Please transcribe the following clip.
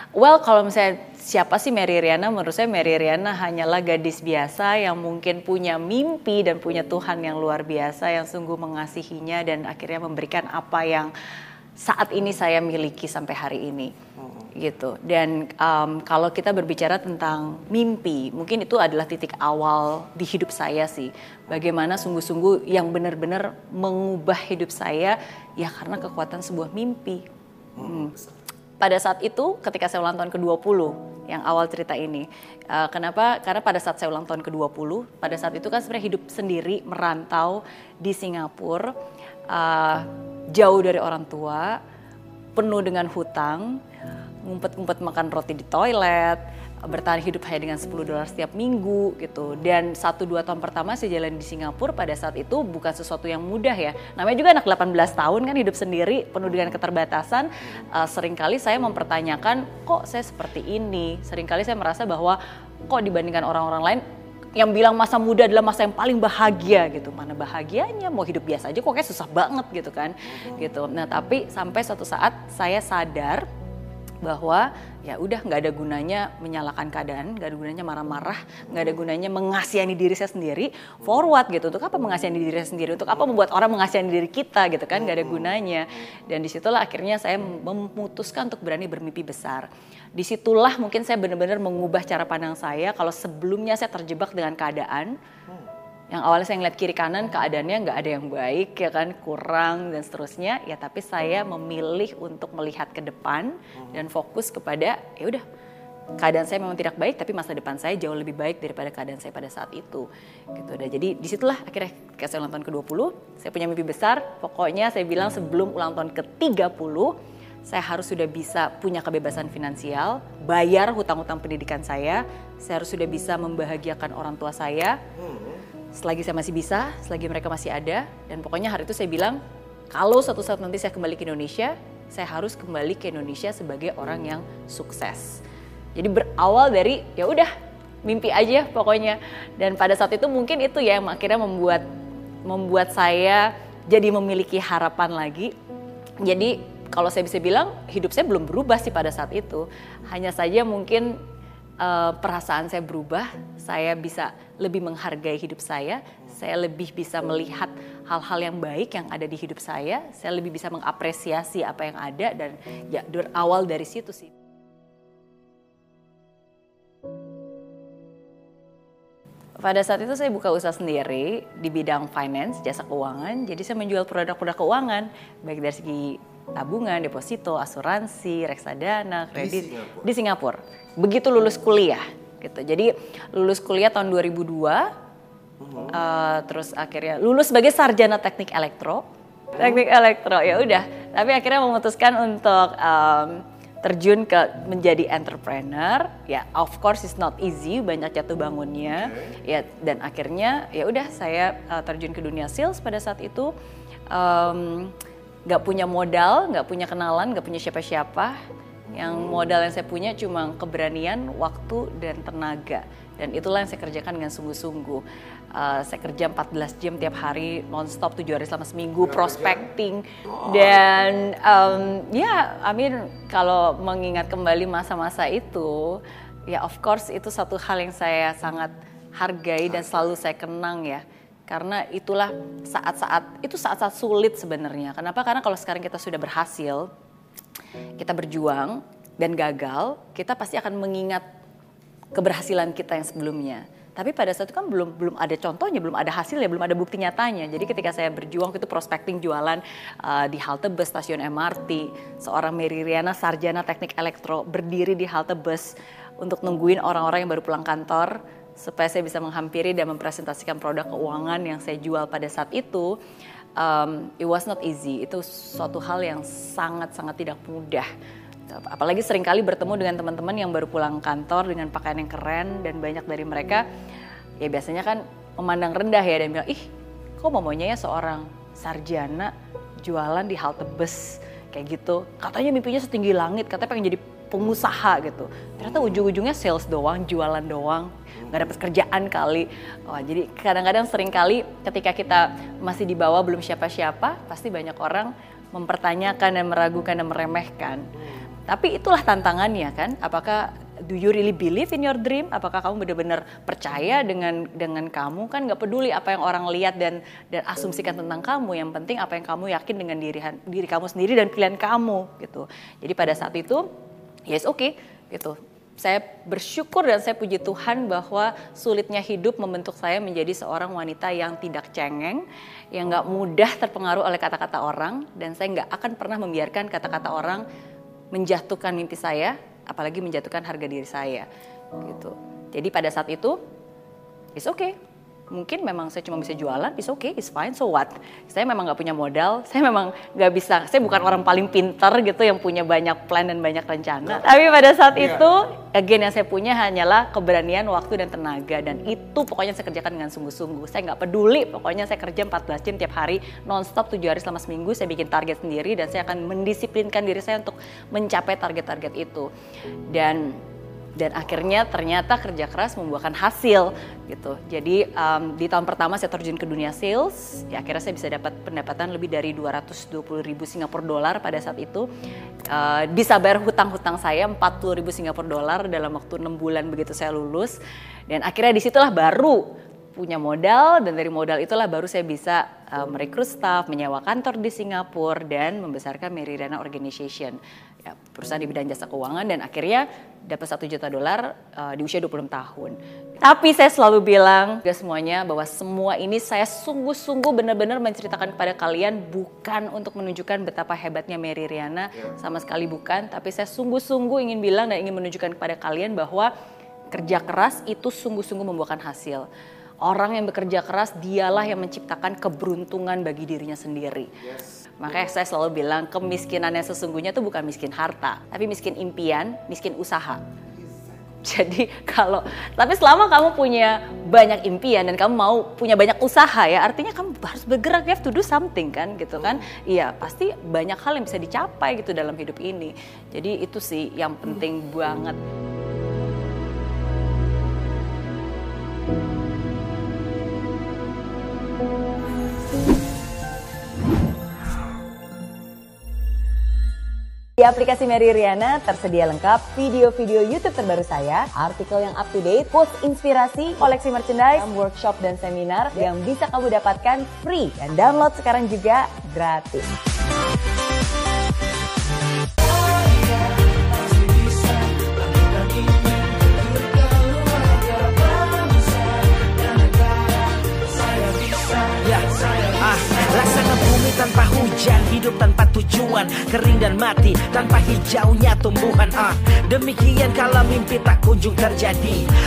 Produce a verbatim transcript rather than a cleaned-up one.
Well, kalau misalnya siapa sih Mary Riana? Menurut saya Mary Riana hanyalah gadis biasa yang mungkin punya mimpi dan punya Tuhan yang luar biasa yang sungguh mengasihinya dan akhirnya memberikan apa yang saat ini saya miliki sampai hari ini. Gitu. Dan um, kalau kita berbicara tentang mimpi, mungkin itu adalah titik awal di hidup saya sih. Bagaimana sungguh-sungguh yang benar-benar mengubah hidup saya ya karena kekuatan sebuah mimpi. Hmm. Pada saat itu ketika saya ulang tahun ke dua puluh, yang awal cerita ini. Uh, kenapa? Karena pada saat saya ulang tahun ke dua puluh, pada saat itu kan sebenarnya hidup sendiri, merantau di Singapura, uh, jauh dari orang tua, penuh dengan hutang, ngumpet-ngumpet makan roti di toilet, bertahan hidup hanya dengan sepuluh dolar setiap minggu gitu. Dan satu dua tahun pertama saya jalan di Singapura pada saat itu bukan sesuatu yang mudah ya. Namanya juga anak delapan belas tahun kan hidup sendiri penuh dengan keterbatasan. Uh, seringkali saya mempertanyakan kok saya seperti ini. Seringkali saya merasa bahwa kok dibandingkan orang-orang lain yang bilang masa muda adalah masa yang paling bahagia gitu. Mana bahagianya, mau hidup biasa aja kok kayak susah banget gitu kan. Gitu. Nah tapi sampai suatu saat saya sadar bahwa ya udah nggak ada gunanya menyalahkan keadaan, nggak ada gunanya marah-marah, nggak ada gunanya mengasihani diri saya sendiri, forward gitu. Untuk apa mengasihani diri saya sendiri? Untuk apa membuat orang mengasihani diri kita gitu kan? Nggak ada gunanya. Dan disitulah akhirnya saya memutuskan untuk berani bermimpi besar. Disitulah mungkin saya benar-benar mengubah cara pandang saya. Kalau sebelumnya saya terjebak dengan keadaan, yang awalnya saya ngeliat kiri kanan keadaannya nggak ada yang baik ya kan, kurang dan seterusnya ya, tapi saya memilih untuk melihat ke depan dan fokus kepada ya udah keadaan saya memang tidak baik tapi masa depan saya jauh lebih baik daripada keadaan saya pada saat itu gitu. Dan jadi disitulah akhirnya ketika saya ulang tahun ke dua puluh saya punya mimpi besar. Pokoknya saya bilang sebelum ulang tahun ke tiga puluh saya harus sudah bisa punya kebebasan finansial, bayar hutang-hutang pendidikan saya, saya harus sudah bisa membahagiakan orang tua saya selagi saya masih bisa, selagi mereka masih ada. Dan pokoknya hari itu saya bilang, kalau suatu saat nanti saya kembali ke Indonesia, saya harus kembali ke Indonesia sebagai orang yang sukses. Jadi berawal dari ya udah mimpi aja pokoknya. Dan pada saat itu mungkin itu ya yang akhirnya membuat membuat saya jadi memiliki harapan lagi. Jadi kalau saya bisa bilang hidup saya belum berubah sih pada saat itu. Hanya saja mungkin Uh, perasaan saya berubah, saya bisa lebih menghargai hidup saya, saya lebih bisa melihat hal-hal yang baik yang ada di hidup saya, saya lebih bisa mengapresiasi apa yang ada dan ya berawal dari situ sih. Pada saat itu saya buka usaha sendiri di bidang finance, jasa keuangan, jadi saya menjual produk-produk keuangan, baik dari segi tabungan, deposito, asuransi, reksadana, kredit di Singapura. Di Singapura. Begitu lulus kuliah gitu. Jadi lulus kuliah tahun dua ribu dua, uh-huh. uh, terus akhirnya lulus sebagai sarjana teknik elektro. Teknik elektro ya udah, tapi akhirnya memutuskan untuk um, terjun ke menjadi entrepreneur. Ya of course it's not easy, banyak jatuh bangunnya. Okay. Ya dan akhirnya ya udah saya uh, terjun ke dunia sales pada saat itu. Um, Gak punya modal, gak punya kenalan, gak punya siapa-siapa. Yang modal yang saya punya cuma keberanian, waktu, dan tenaga. Dan itulah yang saya kerjakan dengan sungguh-sungguh. Uh, saya kerja empat belas jam tiap hari, non-stop tujuh hari selama seminggu, prospecting. Dan um, ya, I mean kalau mengingat kembali masa-masa itu, ya of course itu satu hal yang saya sangat hargai dan selalu saya kenang ya. Karena itulah saat-saat, itu saat-saat sulit sebenarnya. Kenapa? Karena kalau sekarang kita sudah berhasil, kita berjuang dan gagal, kita pasti akan mengingat keberhasilan kita yang sebelumnya. Tapi pada saat itu kan belum belum ada contohnya, belum ada hasilnya, belum ada bukti nyatanya. Jadi ketika saya berjuang itu prospecting jualan uh, di halte bus stasiun M R T, seorang Mary Riana sarjana teknik elektro berdiri di halte bus untuk nungguin orang-orang yang baru pulang kantor, supaya saya bisa menghampiri dan mempresentasikan produk keuangan yang saya jual pada saat itu. Um, it was not easy, itu suatu hal yang sangat-sangat tidak mudah. Apalagi seringkali bertemu dengan teman-teman yang baru pulang kantor dengan pakaian yang keren dan banyak dari mereka ya biasanya kan memandang rendah ya dan bilang, ih kok maunya ya seorang sarjana jualan di halte bus kayak gitu. Katanya mimpinya setinggi langit, katanya pengen jadi pengusaha gitu. Ternyata ujung-ujungnya sales doang, jualan doang. Gak dapat kerjaan kali. Oh, jadi kadang-kadang sering kali ketika kita masih di bawah belum siapa-siapa, pasti banyak orang mempertanyakan dan meragukan dan meremehkan. Tapi itulah tantangannya kan, apakah do you really believe in your dream? Apakah kamu benar-benar percaya dengan dengan kamu? Kan nggak peduli apa yang orang lihat dan dan asumsikan tentang kamu. Yang penting apa yang kamu yakin dengan diri diri kamu sendiri dan pilihan kamu gitu. Jadi pada saat itu, yes oke okay, gitu. Saya bersyukur dan saya puji Tuhan bahwa sulitnya hidup membentuk saya menjadi seorang wanita yang tidak cengeng, yang nggak mudah terpengaruh oleh kata-kata orang, dan saya nggak akan pernah membiarkan kata-kata orang menjatuhkan mimpi saya, apalagi menjatuhkan harga diri saya gitu. Jadi pada saat itu, it's okay. Mungkin memang saya cuma bisa jualan, it's okay, it's fine, so what? Saya memang nggak punya modal, saya memang nggak bisa, saya bukan orang paling pintar gitu yang punya banyak plan dan banyak rencana. Tapi pada saat yeah. itu, again yang saya punya hanyalah keberanian, waktu dan tenaga, dan itu pokoknya saya kerjakan dengan sungguh-sungguh. Saya nggak peduli, pokoknya saya kerja empat belas jam tiap hari, non-stop tujuh hari selama seminggu, saya bikin target sendiri dan saya akan mendisiplinkan diri saya untuk mencapai target-target itu. Dan Dan akhirnya ternyata kerja keras membuahkan hasil gitu. Jadi um, di tahun pertama saya terjun ke dunia sales, ya akhirnya saya bisa dapat pendapatan lebih dari dua ratus dua puluh ribu Singapura dolar pada saat itu. Uh, bisa bayar hutang-hutang saya empat puluh ribu Singapura dolar dalam waktu enam bulan begitu saya lulus. Dan akhirnya disitulah baru punya modal, dan dari modal itulah baru saya bisa uh, merekrut staff, menyewa kantor di Singapura, dan membesarkan Mary Riana Organization, ya, perusahaan di bidang jasa keuangan, dan akhirnya dapat satu juta dolar uh, di usia dua puluh enam tahun. Tapi saya selalu bilang ke semuanya bahwa semua ini saya sungguh-sungguh benar-benar menceritakan kepada kalian bukan untuk menunjukkan betapa hebatnya Mary Riana, sama sekali bukan, tapi saya sungguh-sungguh ingin bilang dan ingin menunjukkan kepada kalian bahwa kerja keras itu sungguh-sungguh membuahkan hasil. Orang yang bekerja keras dialah yang menciptakan keberuntungan bagi dirinya sendiri. Yes. Makanya saya selalu bilang kemiskinan yang sesungguhnya itu bukan miskin harta, tapi miskin impian, miskin usaha. Jadi kalau, tapi selama kamu punya banyak impian dan kamu mau punya banyak usaha ya, artinya kamu harus bergerak, you have to do something kan gitu kan. Iya, pasti banyak hal yang bisa dicapai gitu dalam hidup ini. Jadi itu sih yang penting banget. Di aplikasi Mary Riana tersedia lengkap video-video YouTube terbaru saya, artikel yang up to date, post inspirasi, koleksi merchandise, workshop dan seminar yang bisa kamu dapatkan free dan download sekarang juga gratis. Laksana bumi tanpa hujan, hidup tanpa tujuan, kering dan mati tanpa hijaunya tumbuhan. Ah, demikian kalau mimpi tak kunjung terjadi.